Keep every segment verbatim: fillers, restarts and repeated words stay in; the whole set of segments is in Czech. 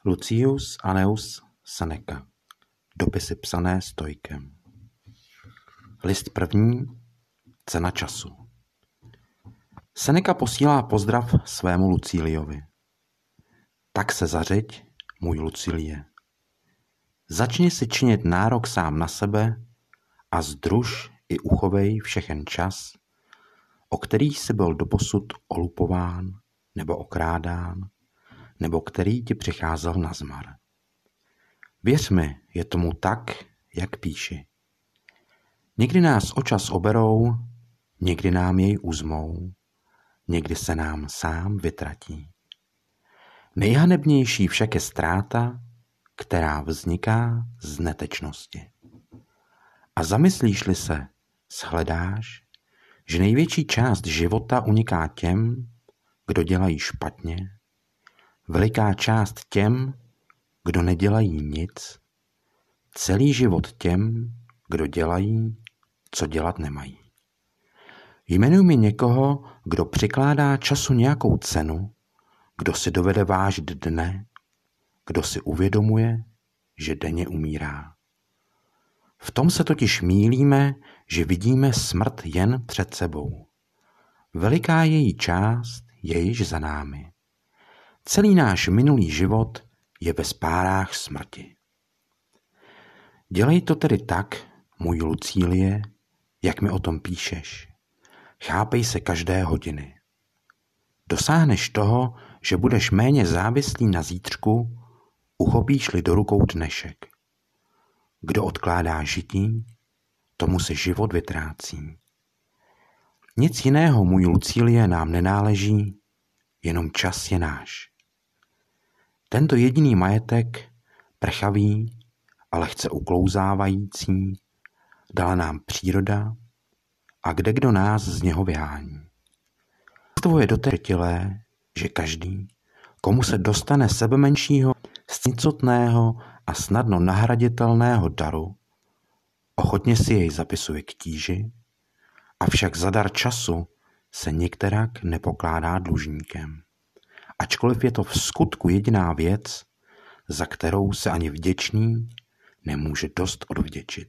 Lucius Annaeus Seneca. Dopisy psané Stoikem. List první. Cena času. Seneca posílá pozdrav svému Lucíliovi. Tak se zařiď, můj Lucilie. Začni si činit nárok sám na sebe a združ i uchovej všechen čas, o který jsi byl doposud olupován nebo okrádán, nebo který ti přicházel na zmar. Věř mi, je tomu tak, jak píši. Někdy nás o čas oberou, někdy nám jej uzmou, někdy se nám sám vytratí. Nejhanebnější však je ztráta, která vzniká z netečnosti. A zamyslíš-li se, shledáš, že největší část života uniká těm, kdo dělají špatně, veliká část těm, kdo nedělají nic, celý život těm, kdo dělají, co dělat nemají. Jmenuj mi někoho, kdo přikládá času nějakou cenu, kdo si dovede vážit dne, kdo si uvědomuje, že denně umírá. V tom se totiž mýlíme, že vidíme smrt jen před sebou. Veliká její část je již za námi. Celý náš minulý život je ve spárách smrti. Dělej to tedy tak, můj Lucílie, jak mi o tom píšeš. Chápej se každé hodiny. Dosáhneš toho, že budeš méně závislý na zítřku, uchopíš-li do rukou dnešek. Kdo odkládá žití, tomu se život vytrácí. Nic jiného, můj Lucílie, nám nenáleží, jenom čas je náš. Tento jediný majetek, prchavý a lehce uklouzávající, dala nám příroda a kdekdo nás z něho vyhání. To je dotrtilé, že každý, komu se dostane sebemenšího, snicotného a snadno nahraditelného daru, ochotně si jej zapisuje k tíži, avšak za dar času se nikterak nepokládá dlužníkem. Ačkoliv je to v skutku jediná věc, za kterou se ani vděčný nemůže dost odvděčit.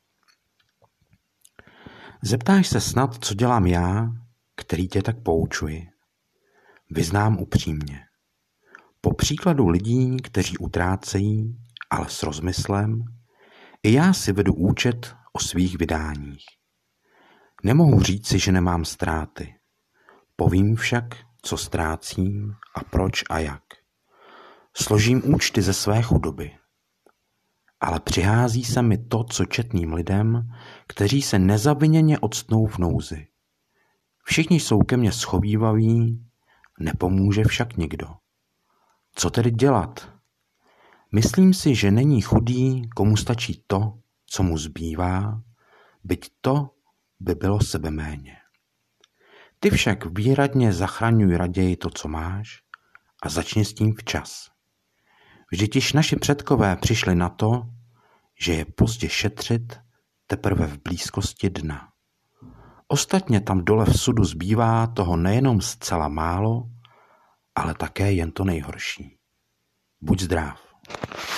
Zeptáš se snad, co dělám já, který tě tak poučuji. Vyznám upřímně. Po příkladu lidí, kteří utrácejí, ale s rozmyslem, i já si vedu účet o svých vydáních. Nemohu říci, že nemám ztráty. Povím však, co ztrácím a proč a jak. Složím účty ze své chudoby. Ale přihází se mi to, co četným lidem, kteří se nezaviněně octnou v nouzi. Všichni jsou ke mně schovývaví, nepomůže však nikdo. Co tedy dělat? Myslím si, že není chudý, komu stačí to, co mu zbývá, byť to by bylo sebeméně. Ty však výradně zachraňuj raději to, co máš, a začni s tím včas. Vždyť již naši předkové přišli na to, že je pozdě šetřit teprve v blízkosti dna. Ostatně tam dole v sudu zbývá toho nejenom zcela málo, ale také jen to nejhorší. Buď zdrav.